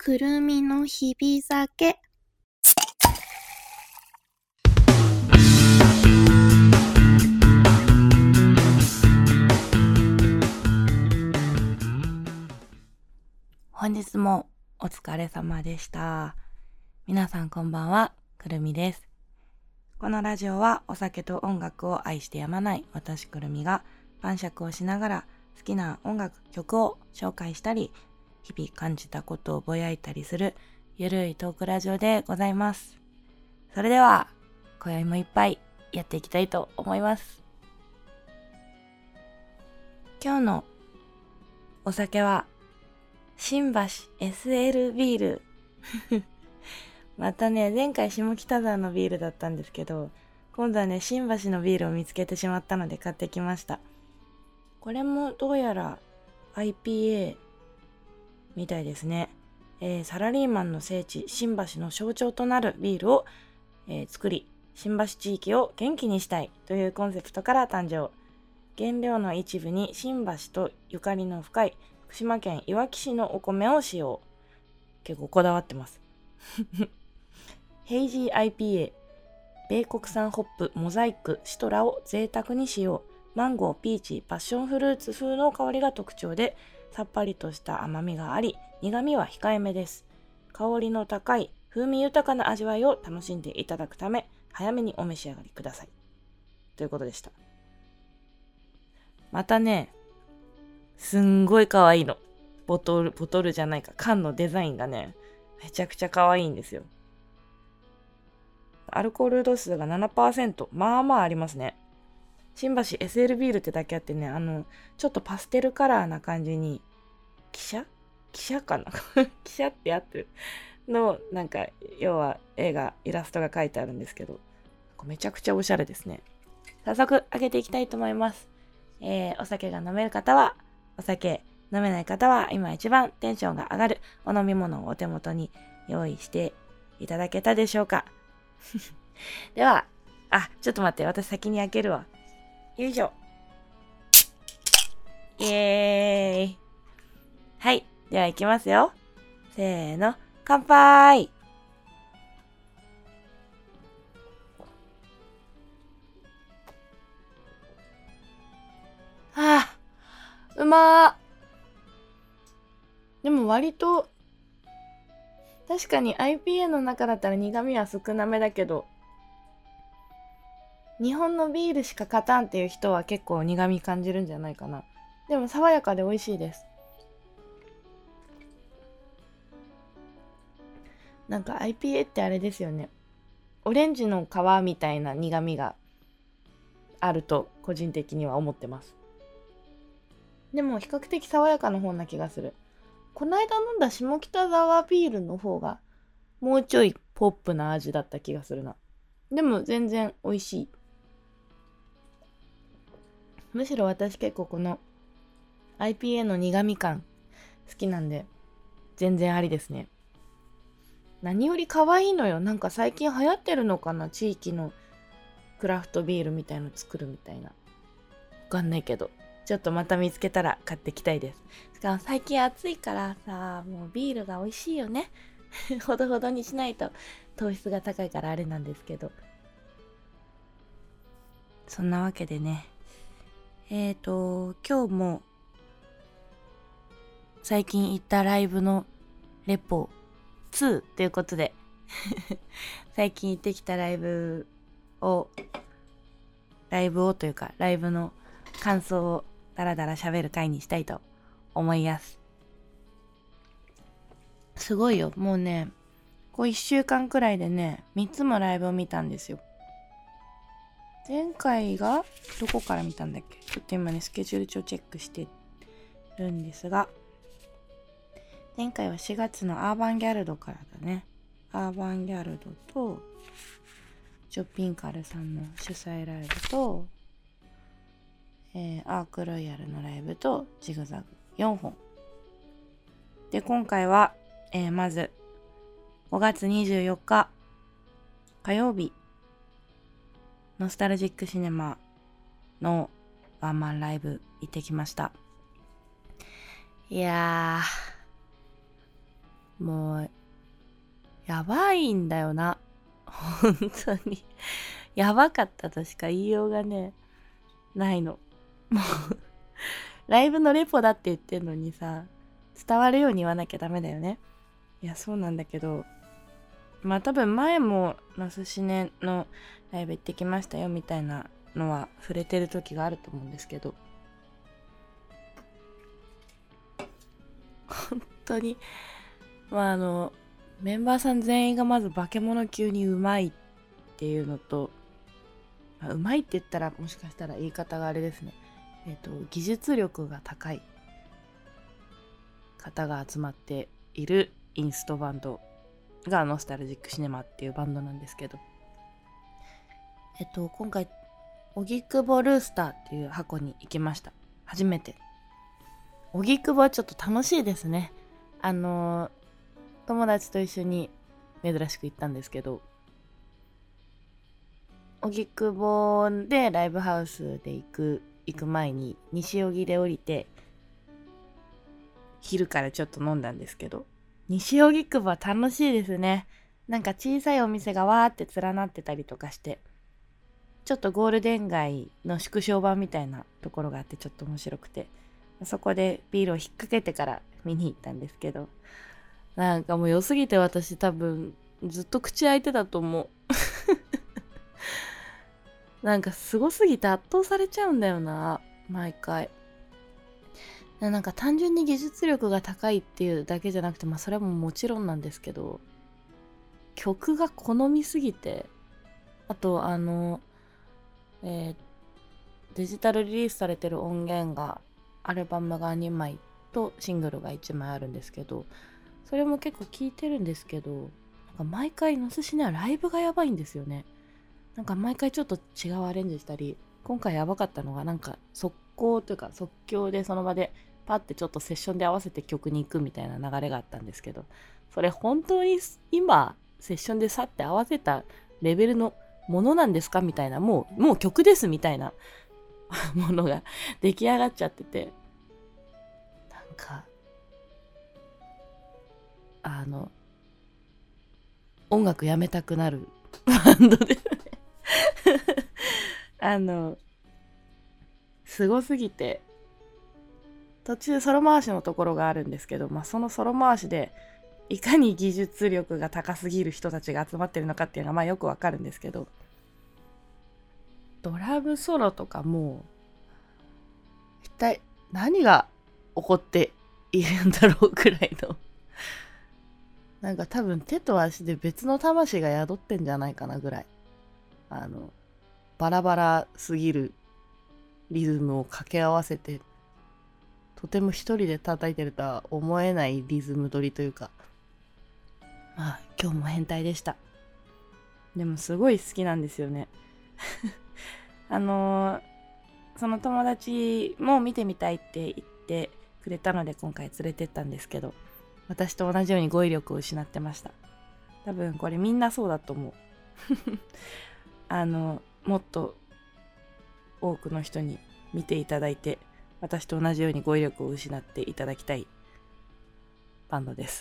くるみの日々酒。 本日もお疲れ様でした。皆さんこんばんは、くるみです。このラジオはお酒と音楽を愛してやまない私くるみが晩酌をしながら好きな音楽、曲を紹介したり、日々感じたことをぼやいたりするゆるいトークラジオでございます。それでは今宵もいっぱいやっていきたいと思います。今日のお酒は新橋 SL ビールまたね、前回下北沢のビールだったんですけど、今度はね、新橋のビールを見つけてしまったので買ってきました。これもどうやら IPA みたいですね。サラリーマンの聖地新橋の象徴となるビールを、作り、新橋地域を元気にしたいというコンセプトから誕生。原料の一部に新橋とゆかりの深い福島県いわき市のお米を使用。結構こだわってます。ヘイジー IPA、米国産ホップ、モザイク、シトラを贅沢に使用。マンゴー、ピーチ、パッションフルーツ風の香りが特徴で、さっぱりとした甘みがあり、苦みは控えめです。香りの高い、風味豊かな味わいを楽しんでいただくため、早めにお召し上がりください。ということでした。またね、すんごい可愛いの。ボトルじゃないか、缶のデザインがね、めちゃくちゃ可愛いんですよ。アルコール度数が 7%、まあまあありますね。新橋 SL ビールってだけあってね、ちょっとパステルカラーな感じに、汽車かな汽車って合ってるの、なんか、要は絵が、イラストが書いてあるんですけど、めちゃくちゃおしゃれですね。早速、開けていきたいと思います。お酒が飲める方は、お酒、飲めない方は、今一番テンションが上がるお飲み物をお手元に用意していただけたでしょうか。では、ちょっと待って、私先に開けるわ。よいしょ。イエーイ。はい、では行きますよ。せーの、乾杯。うまー。でも割と、確かに IPA の中だったら苦味は少なめだけど、日本のビールしか勝たんっていう人は結構苦味感じるんじゃないかな。でも爽やかで美味しいです。なんか IPA ってあれですよね。オレンジの皮みたいな苦味があると個人的には思ってます。でも比較的爽やかな方な気がする。こないだ飲んだ下北沢ビールの方がもうちょいポップな味だった気がするな。でも全然美味しい。むしろ私結構この IPA の苦味感好きなんで全然ありですね。何より可愛いのよ。なんか最近流行ってるのかな、地域のクラフトビールみたいの作るみたいな。わかんないけど、ちょっとまた見つけたら買ってきたいです。しかも最近暑いからさ、もうビールが美味しいよね。ほどほどにしないと糖質が高いからあれなんですけど。そんなわけでね。今日も最近行ったライブのレポ2ということで最近行ってきたライブをというかライブの感想をダラダラ喋る回にしたいと思います。すごいよ。もうね、こう1週間くらいでね、3つもライブを見たんですよ。前回がどこから見たんだっけ？ちょっと今ね、スケジュール帳チェックしてるんですが、前回は4月のアーバンギャルドからだね。アーバンギャルドとジョピンカルさんの主催ライブと、アークロイヤルのライブとジグザグ4本で、今回は、まず5月24日火曜日、ノスタルジックシネマのワンマンライブ行ってきました。いやー、 もうやばいんだよな。本当にやばかったとしか言いようがねないの。もうライブのレポだって言ってんのにさ、伝わるように言わなきゃダメだよね。いや、そうなんだけど、まあ多分前もナスシネのライブ行ってきましたよみたいなのは触れてる時があると思うんですけど、本当にまあメンバーさん全員がまず化け物級にうまいっていうのと、うまいって言ったらもしかしたら言い方があれですね。技術力が高い方が集まっているインストバンドがノスタルジックシネマっていうバンドなんですけど、今回荻窪ルースターっていう箱に行きました。初めて。荻窪はちょっと楽しいですね。友達と一緒に珍しく行ったんですけど、荻窪でライブハウスで行く前に西荻で降りて昼からちょっと飲んだんですけど、西荻窪は楽しいですね。なんか小さいお店がわーって連なってたりとかして、ちょっとゴールデン街の縮小版みたいなところがあってちょっと面白くて、そこでビールを引っ掛けてから見に行ったんですけど、なんかもう良すぎて私多分ずっと口開いてたと思う。なんかすごすぎて圧倒されちゃうんだよな、毎回。なんか単純に技術力が高いっていうだけじゃなくて、まあそれももちろんなんですけど、曲が好みすぎて、あとデジタルリリースされてる音源がアルバムが2枚とシングルが1枚あるんですけど、それも結構聴いてるんですけど、なんか毎回のすしねはライブがやばいんですよね。なんか毎回ちょっと違うアレンジしたり、今回やばかったのがなんか速攻というか即興でその場でパッてちょっとセッションで合わせて曲に行くみたいな流れがあったんですけど、それ本当に今セッションでさって合わせたレベルのものなんですかみたいな、もう曲ですみたいなものが出来上がっちゃってて、なんか音楽やめたくなるバンドですね。すごすぎて、途中ソロ回しのところがあるんですけど、まあそのソロ回しでいかに技術力が高すぎる人たちが集まってるのかっていうのがまあよくわかるんですけど、ドラムソロとかも一体何が起こっているんだろうくらいのなんか多分手と足で別の魂が宿ってんじゃないかなぐらい、バラバラすぎるリズムを掛け合わせて、とても一人で叩いてるとは思えないリズム取りというか、まあ今日も変態でした。でもすごい好きなんですよね。その友達も見てみたいって言ってくれたので今回連れてったんですけど、私と同じように語彙力を失ってました。多分これみんなそうだと思う。もっと多くの人に見ていただいて、私と同じように語彙力を失っていただきたいバンドです。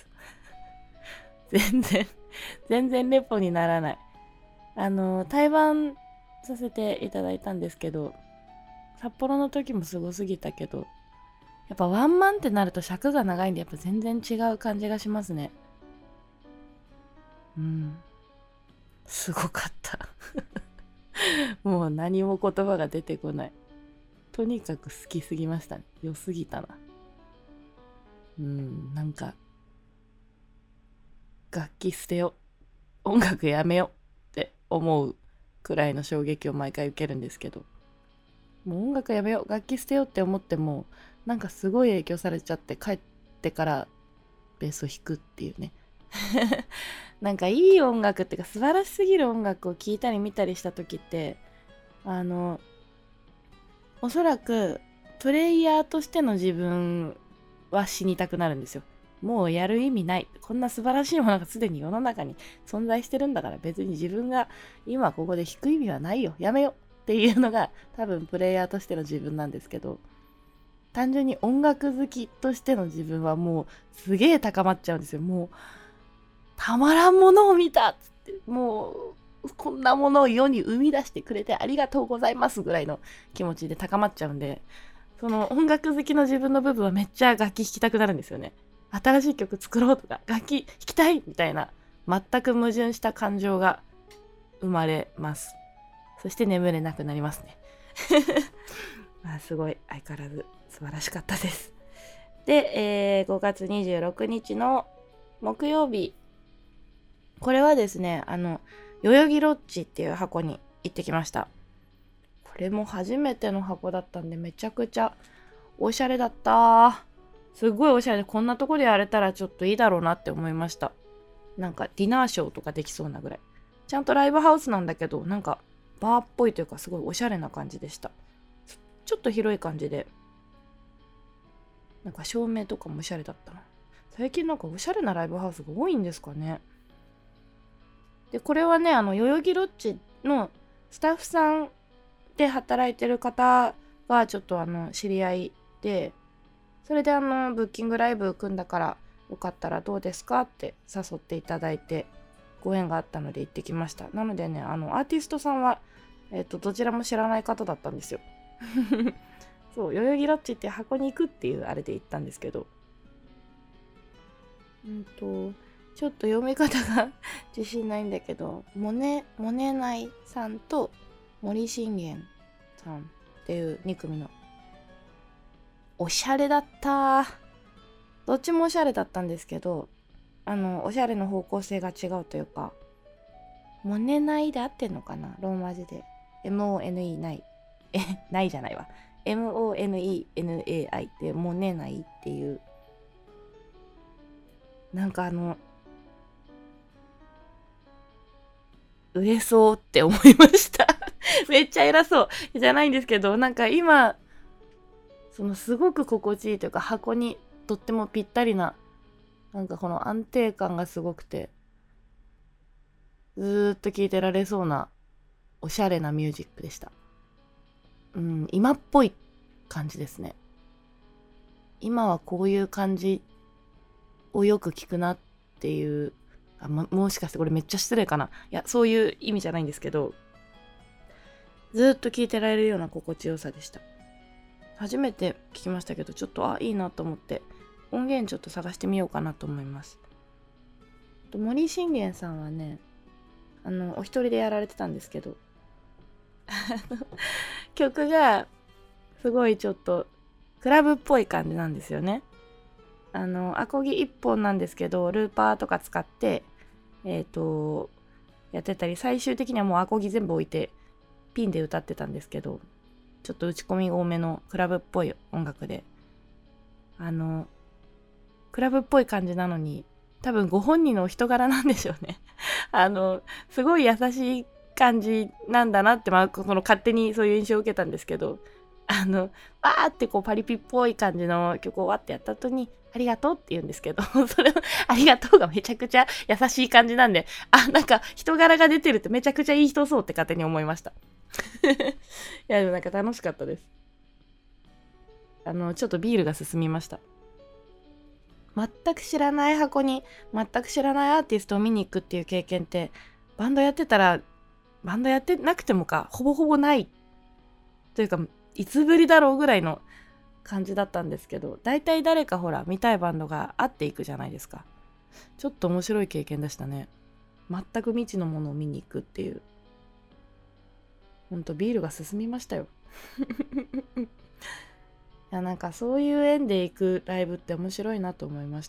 全然レポにならない。対バンさせていただいたんですけど、札幌の時もすごすぎたけど、やっぱワンマンってなると尺が長いんで、やっぱ全然違う感じがしますね。すごかったもう何も言葉が出てこない。とにかく好きすぎましたね。良すぎたな。なんか楽器捨てよ、音楽やめよって思うくらいの衝撃を毎回受けるんですけど、もう音楽やめよ、楽器捨てよって思っても、なんかすごい影響されちゃって帰ってからベースを弾くっていうねなんかいい音楽っていうか素晴らしすぎる音楽を聴いたり見たりした時って、おそらくプレイヤーとしての自分は死にたくなるんですよ。もうやる意味ない。こんな素晴らしいものがすでに世の中に存在してるんだから、別に自分が今ここで弾く意味はないよ。やめよっていうのが多分プレイヤーとしての自分なんですけど、 単純に音楽好きとしての自分はもうすげえ高まっちゃうんですよ。もうたまらんものを見たっつって、もうこんなものを世に生み出してくれてありがとうございますぐらいの気持ちで高まっちゃうんで、その音楽好きの自分の部分はめっちゃ楽器弾きたくなるんですよね。新しい曲作ろうとか楽器弾きたいみたいな全く矛盾した感情が生まれます。そして眠れなくなりますね。まあすごい相変わらず素晴らしかったです。で、5月26日の木曜日、これはですね、代々木ロッジっていう箱に行ってきました。これも初めての箱だったんでめちゃくちゃおしゃれだった。すごいおしゃれで、こんなとこでやれたらちょっといいだろうなって思いました。なんかディナーショーとかできそうなぐらい。ちゃんとライブハウスなんだけど、なんかバーっぽいというかすごいおしゃれな感じでした。ちょっと広い感じで、なんか照明とかもおしゃれだったな。最近なんかおしゃれなライブハウスが多いんですかね。で、これはね、代々木ロッジのスタッフさんで働いてる方がちょっと知り合いで、それでブッキングライブ組んだからよかったらどうですかって誘っていただいて、ご縁があったので行ってきました。なのでね、アーティストさんはどちらも知らない方だったんですよ。そう、代々木ロッジって箱に行くっていうあれで行ったんですけど、ちょっと読み方が自信ないんだけど、モネナイさんと森信玄さんっていう2組の、おしゃれだった。どっちもおしゃれだったんですけど、おしゃれの方向性が違うというか、モネナイで合ってんのかな、ローマ字で MONE ないないじゃないわ、 MONENAI ってモネナイっていう、なんか売れそうって思いましためっちゃ偉そうじゃないんですけど、なんか今そのすごく心地いいというか、箱にとってもぴったりな、なんかこの安定感がすごくて、ずーっと聴いてられそうなおしゃれなミュージックでした。今っぽい感じですね。今はこういう感じをよく聞くなっていう、もしかしてこれめっちゃ失礼かな。いや、そういう意味じゃないんですけど、ずっと聴いてられるような心地よさでした。初めて聞きましたけど、ちょっといいなと思って音源ちょっと探してみようかなと思います。森信玄さんはね、お一人でやられてたんですけど曲がすごいちょっとクラブっぽい感じなんですよね。アコギ一本なんですけど、ルーパーとか使ってやってたり、最終的にはもうアコギ全部置いてピンで歌ってたんですけど、ちょっと打ち込み多めのクラブっぽい音楽で、クラブっぽい感じなのに、多分ご本人のお人柄なんでしょうねすごい優しい感じなんだなって、この勝手にそういう印象を受けたんですけど、わーってこうパリピっぽい感じの曲をわってやった後に、ありがとうって言うんですけど、それをありがとうがめちゃくちゃ優しい感じなんで、なんか人柄が出てるってめちゃくちゃいい人そうって勝手に思いました。いや、でもなんか楽しかったです。ちょっとビールが進みました。全く知らない箱に全く知らないアーティストを見に行くっていう経験って、バンドやってなくてもか、ほぼほぼないというか、いつぶりだろうぐらいの感じだったんですけど、だいたい誰かほら見たいバンドがあっていくじゃないですか。ちょっと面白い経験でしたね。全く未知のものを見に行くっていう。ほんとビールが進みましたよいや、なんかそういう縁で行くライブって面白いなと思いました。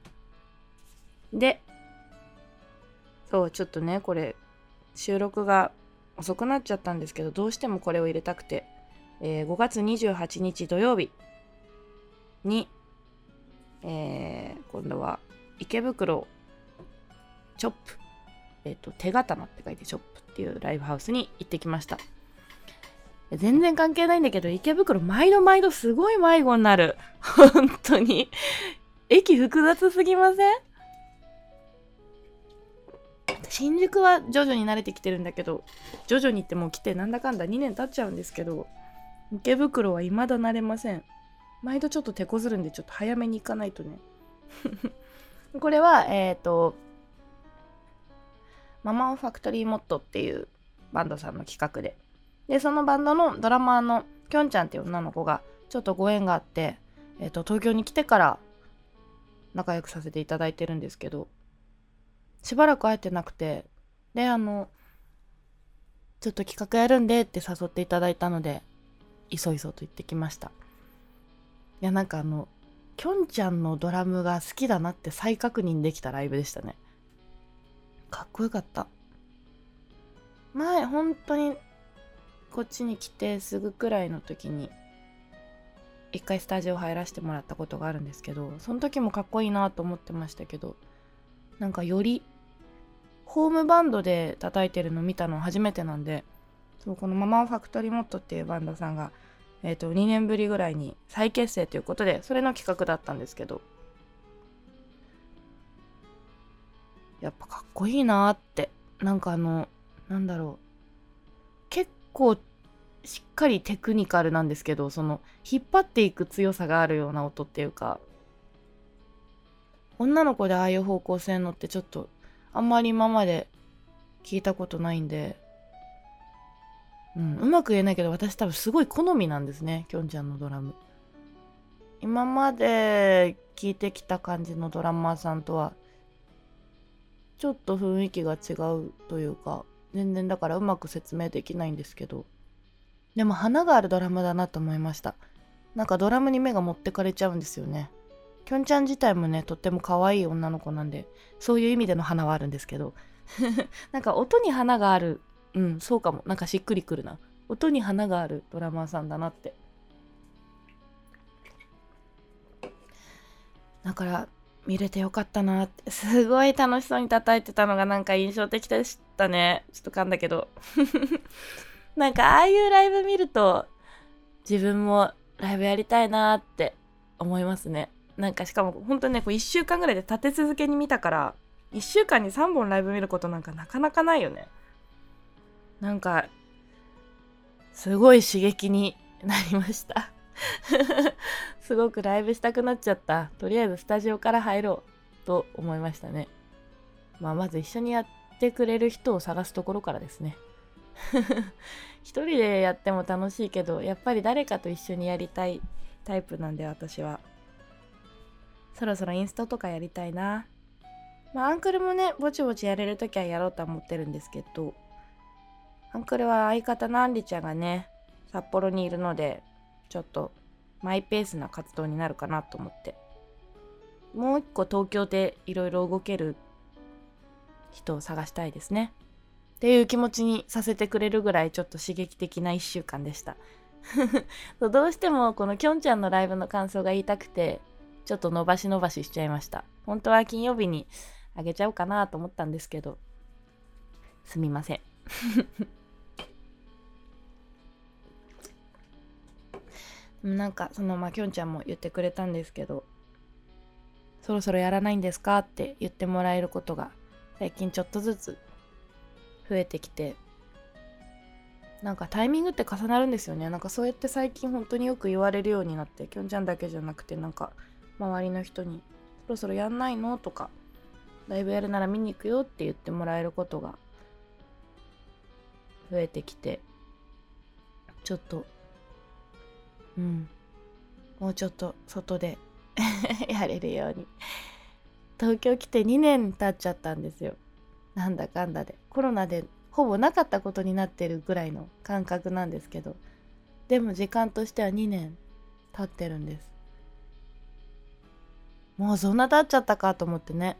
で、そうちょっとね、これ収録が遅くなっちゃったんですけど、どうしてもこれを入れたくて、5月28日土曜日に、今度は池袋チョップ、手刀って書いてチョップっていうライブハウスに行ってきました。全然関係ないんだけど、池袋毎度すごい迷子になる。本当に駅複雑すぎません？新宿は徐々に慣れてきてるんだけど、徐々にってもう来てなんだかんだ2年経っちゃうんですけど、池袋は未だ慣れません。 毎度ちょっと手こずるんでちょっと早めに行かないとねこれはママファクトリーモットっていうバンドさんの企画でそのバンドのドラマーのきょんちゃんっていう女の子がちょっとご縁があって、東京に来てから仲良くさせていただいてるんですけど、しばらく会えてなくて、でちょっと企画やるんでって誘っていただいたのでいそいそと行ってきました。いや、なんかきょんちゃんのドラムが好きだなって再確認できたライブでしたね。かっこよかった。前本当にこっちに来てすぐくらいの時に一回スタジオ入らせてもらったことがあるんですけど、その時もかっこいいなと思ってましたけど、なんかよりホームバンドで叩いてるの見たの初めてなんで、このママファクトリーモットっていうバンドさんが2年ぶりぐらいに再結成ということで、それの企画だったんですけど、やっぱかっこいいなーって。なんかなんだろう、結構しっかりテクニカルなんですけど、引っ張っていく強さがあるような音っていうか、女の子でああいう方向性のってちょっとあんまり今まで聞いたことないんで、うまく言えないけど、私多分すごい好みなんですね、きょんちゃんのドラム。今まで聞いてきた感じのドラマーさんとはちょっと雰囲気が違うというか、全然だからうまく説明できないんですけど、でも花があるドラムだなと思いました。なんかドラムに目が持ってかれちゃうんですよね。きょんちゃん自体もね、とっても可愛い女の子なんで、そういう意味での花はあるんですけどなんか音に花がある、そうかも。なんかしっくりくるな。音に花があるドラマーさんだなって。だから見れてよかったなって。すごい楽しそうに叩いてたのがなんか印象的でしたね。ちょっと噛んだけどなんかああいうライブ見ると自分もライブやりたいなって思いますね。なんかしかも本当にね、1週間ぐらいで立て続けに見たから、1週間に3本ライブ見ることなんかなかなかないよね。なんかすごい刺激になりましたすごくライブしたくなっちゃった。とりあえずスタジオから入ろうと思いましたね。まず一緒にやってくれる人を探すところからですね一人でやっても楽しいけど、やっぱり誰かと一緒にやりたいタイプなんで、私はそろそろインストとかやりたいな。アンクルもね、ぼちぼちやれるときはやろうと思ってるんですけど、アンクルは相方のアンリちゃんがね、札幌にいるので、ちょっとマイペースな活動になるかなと思って、もう一個東京でいろいろ動ける人を探したいですねっていう気持ちにさせてくれるぐらい、ちょっと刺激的な1週間でしたどうしてもこのきょんちゃんのライブの感想が言いたくて、ちょっと伸ばししちゃいました。本当は金曜日にあげちゃおうかなと思ったんですけど、すみませんなんかきょんちゃんも言ってくれたんですけど、そろそろやらないんですかって言ってもらえることが最近ちょっとずつ増えてきて、なんかタイミングって重なるんですよね。なんかそうやって最近本当によく言われるようになって、きょんちゃんだけじゃなくて、なんか周りの人にそろそろやんないのとか、ライブやるなら見に行くよって言ってもらえることが増えてきて、ちょっともうちょっと外でやれるように。東京来て2年経っちゃったんですよ。なんだかんだで。コロナでほぼなかったことになってるぐらいの感覚なんですけど、でも時間としては2年経ってるんです。もうそんな経っちゃったかと思ってね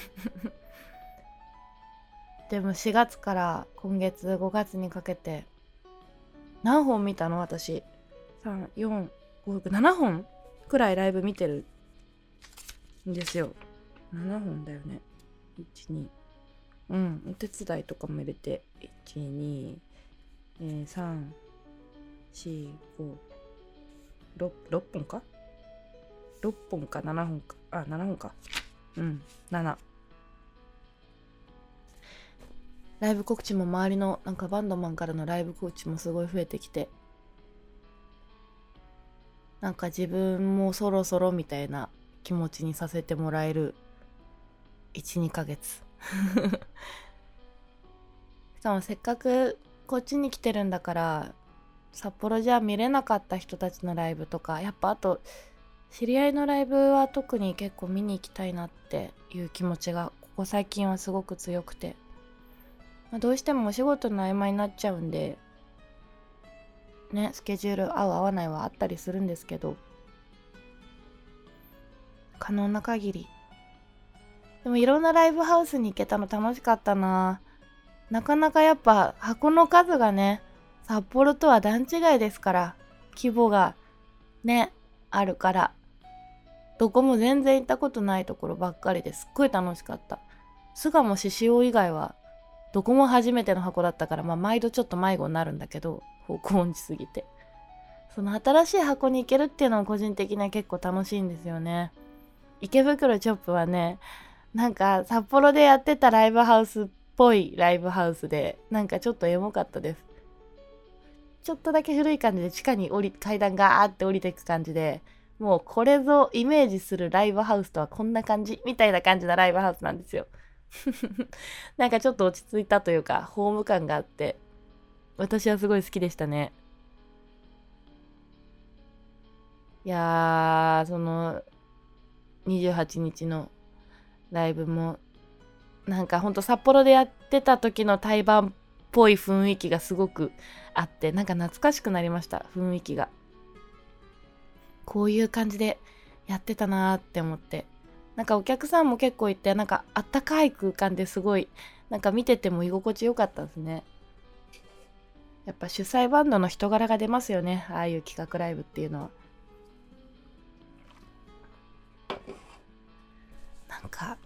でも4月から今月5月にかけて何本見たの？私3、4、5、6、7本くらいライブ見てるんですよ。7本だよね。1、2、お手伝いとかも入れて1、2、3、4、5、6本か6本か7本か、7本か、7。ライブ告知も周りのなんかバンドマンからのライブ告知もすごい増えてきて、 なんか自分もそろそろみたいな気持ちにさせてもらえる 1,2 ヶ月しかもせっかくこっちに来てるんだから、札幌じゃ見れなかった人たちのライブとか、やっぱあと知り合いのライブは特に結構見に行きたいなっていう気持ちがここ最近はすごく強くて、どうしてもお仕事の合間になっちゃうんでね、スケジュール合う合わないはあったりするんですけど、可能な限り。でもいろんなライブハウスに行けたの楽しかったな。なかなかやっぱ箱の数がね、札幌とは段違いですから、規模がねあるから、どこも全然行ったことないところばっかりですっごい楽しかった。巣鴨獅子王以外はどこも初めての箱だったから、毎度ちょっと迷子になるんだけど、方向音痴すぎて、その新しい箱に行けるっていうのも個人的には結構楽しいんですよね。池袋チョップはね、なんか札幌でやってたライブハウスっぽいライブハウスで、なんかちょっとエモかったです。ちょっとだけ古い感じで地下に階段ガーって降りていく感じで、もうこれぞイメージするライブハウスとはこんな感じみたいな感じなライブハウスなんですよなんかちょっと落ち着いたというかホーム感があって、私はすごい好きでしたね。いやー、その28日のライブもなんかほんと札幌でやってた時の対バンっぽい雰囲気がすごくあって、なんか懐かしくなりました。雰囲気がこういう感じでやってたなーって思って、なんかお客さんも結構いて、なんかあったかい空間ですごいなんか見てても居心地よかったですね。やっぱ主催バンドの人柄が出ますよね、ああいう企画ライブっていうのは。なんか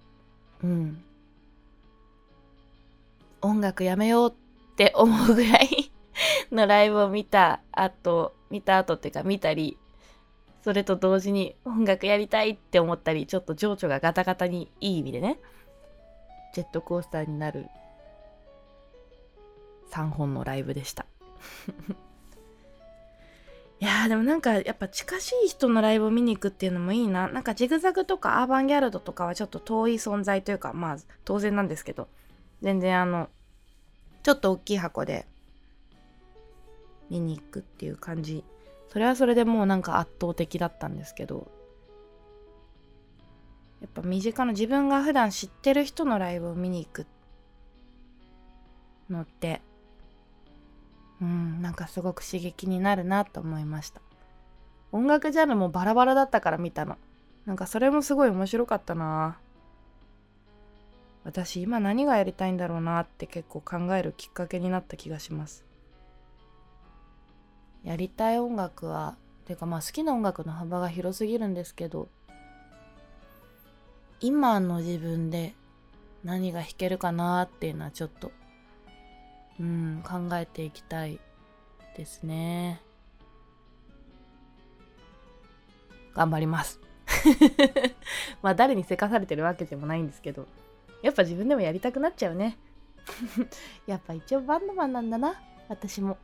音楽やめようって思うぐらいのライブを見た後っていうか見たり、それと同時に音楽やりたいって思ったり、ちょっと情緒がガタガタにいい意味でね、ジェットコースターになる3本のライブでしたいやー、でもなんかやっぱ近しい人のライブを見に行くっていうのもいいな。なんかジグザグとかアーバンギャルドとかはちょっと遠い存在というか、当然なんですけど、全然ちょっと大きい箱で見に行くっていう感じ、それはそれでもうなんか圧倒的だったんですけど、やっぱ身近な自分が普段知ってる人のライブを見に行くのってなんかすごく刺激になるなと思いました。音楽ジャンルもバラバラだったから見たの、なんかそれもすごい面白かったな。私今何がやりたいんだろうなって結構考えるきっかけになった気がします。やりたい音楽はてか好きな音楽の幅が広すぎるんですけど、今の自分で何が弾けるかなっていうのはちょっと考えていきたいですね。頑張ります誰にせかされてるわけでもないんですけど、やっぱ自分でもやりたくなっちゃうねやっぱ一応バンドマンなんだな、私も。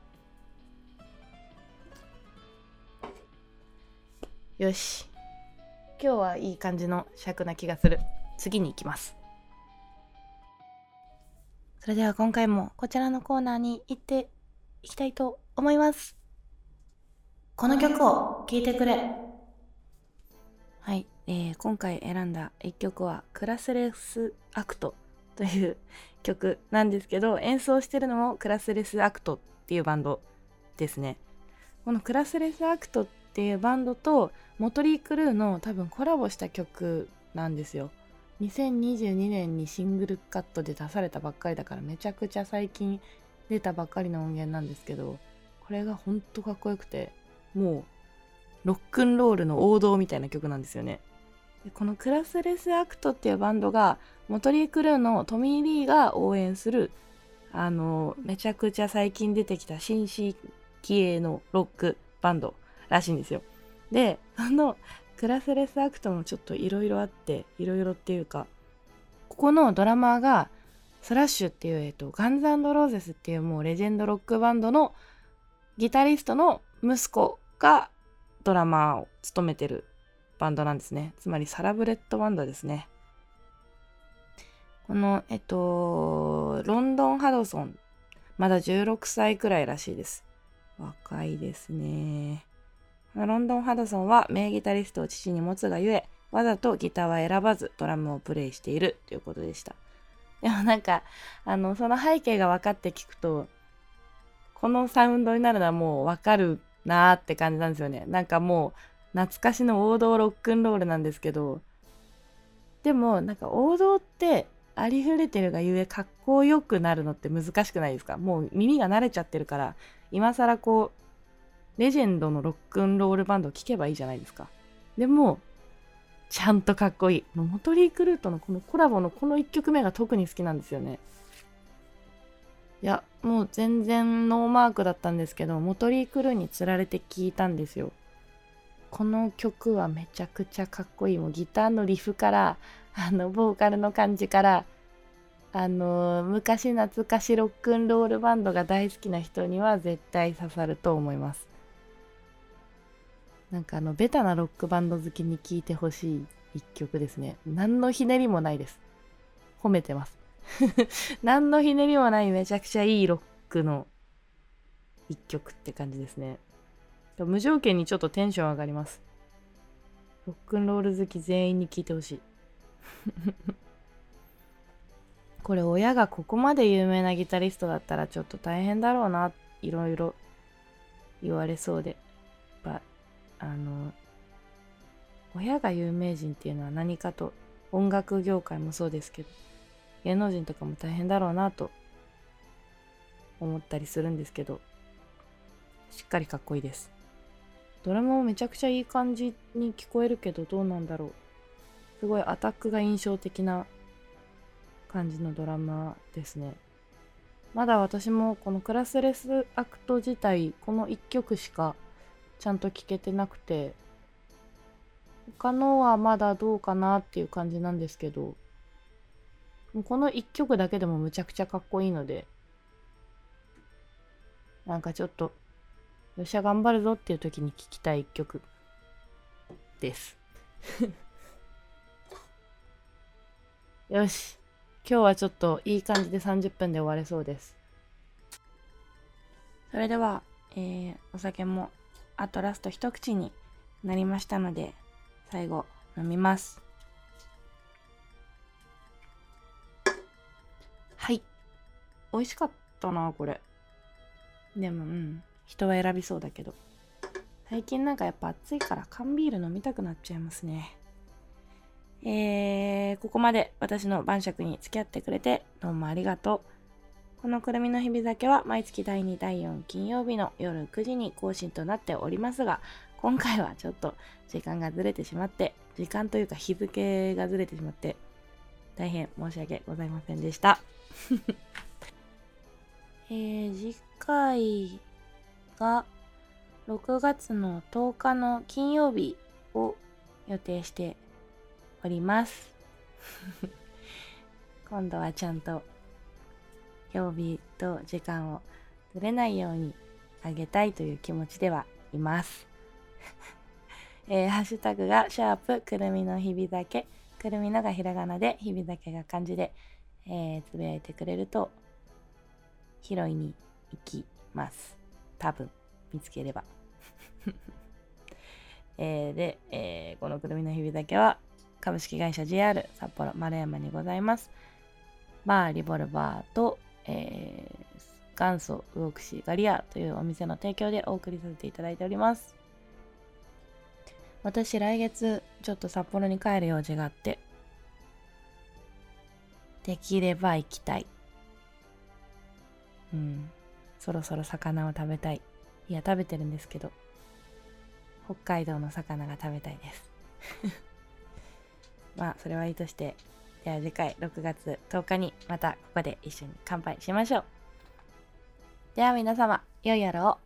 よし、今日はいい感じの尺な気がする。次に行きます。それでは今回もこちらのコーナーに行っていきたいと思います。この曲を聴いてくれ。はい、今回選んだ一曲はクラスレスアクトという曲なんですけど、演奏してるのもクラスレスアクトっていうバンドですね。このクラスレスアクトっていうバンドとモトリー・クルーの多分コラボした曲なんですよ。2022年にシングルカットで出されたばっかりだから、めちゃくちゃ最近出たばっかりの音源なんですけど、これがほんとかっこよくて、もうロックンロールの王道みたいな曲なんですよね。でこのクラスレスアクトっていうバンドがモトリー・クルーのトミー・リーが応援するめちゃくちゃ最近出てきた新進気鋭のロックバンドらしいんですよ。でそのクラスレスアクトもちょっといろいろあって、いろいろっていうか、ここのドラマーがスラッシュっていうガンズ&ローゼスっていうもうレジェンドロックバンドのギタリストの息子がドラマーを務めてるバンドなんですね。つまりサラブレッドバンドですね。このロンドン・ハドソン、まだ16歳くらいらしいです。若いですね。ロンドン・ハドソンは名ギタリストを父に持つがゆえ、わざとギターは選ばずドラムをプレイしているということでした。でもなんかその背景が分かって聞くと、このサウンドになるのはもう分かるなーって感じなんですよね。なんかもう懐かしの王道ロックンロールなんですけど、でもなんか王道ってありふれてるがゆえかっこよくなるのって難しくないですか？もう耳が慣れちゃってるから、今更こうレジェンドのロックンロールバンドを聴けばいいじゃないですか。でもちゃんとかっこいい。モトリー・クルーとのこのコラボのこの1曲目が特に好きなんですよね。いや、もう全然ノーマークだったんですけど、モトリー・クルーにつられて聴いたんですよ。この曲はめちゃくちゃかっこいい。もうギターのリフから、ボーカルの感じから、昔懐かしロックンロールバンドが大好きな人には絶対刺さると思います。なんかベタなロックバンド好きに聴いてほしい一曲ですね。何のひねりもないです。褒めてます。何のひねりもないめちゃくちゃいいロックの一曲って感じですね。無条件にちょっとテンション上がります。ロックンロール好き全員に聴いてほしい。これ親がここまで有名なギタリストだったらちょっと大変だろうな、いろいろ言われそうで。親が有名人っていうのは何かと、音楽業界もそうですけど、芸能人とかも大変だろうなと思ったりするんですけど、しっかりかっこいいです。ドラムもめちゃくちゃいい感じに聞こえるけど、どうなんだろう。すごいアタックが印象的な感じのドラマですね。まだ私もこのクラスレスアクト自体、この1曲しかちゃんと聴けてなくて、他のはまだどうかなっていう感じなんですけど、この1曲だけでもむちゃくちゃかっこいいので、なんかちょっとよっしゃ頑張るぞっていう時に聴きたい1曲ですよし、今日はちょっといい感じで30分で終われそうです。それでは、お酒もあとラスト一口になりましたので、最後飲みます。はい、美味しかったなこれ。でも人は選びそうだけど、最近なんかやっぱ暑いから缶ビール飲みたくなっちゃいますね。ここまで私の晩酌に付き合ってくれてどうもありがとう。このくるみの日々酒は毎月第2第4金曜日の夜9時に更新となっておりますが、今回はちょっと時間がずれてしまって、時間というか日付がずれてしまって大変申し訳ございませんでした次回が6月の10日の金曜日を予定しております今度はちゃんと曜日と時間をずれないようにあげたいという気持ちではいますハッシュタグがシャープくるみの日々酒、くるみのがひらがなで日々酒が漢字で、つぶやいてくれると拾いに行きます。多分見つければで、このくるみの日々酒は株式会社 JR 札幌丸山にございますバーリボルバーと、元祖魚串ガリアというお店の提供でお送りさせていただいております。私来月ちょっと札幌に帰る用事があって、できれば行きたい。そろそろ魚を食べたい。いや食べてるんですけど、北海道の魚が食べたいですまあそれはいいとして、では次回6月10日にまたここで一緒に乾杯しましょう。では皆様、良い夜を。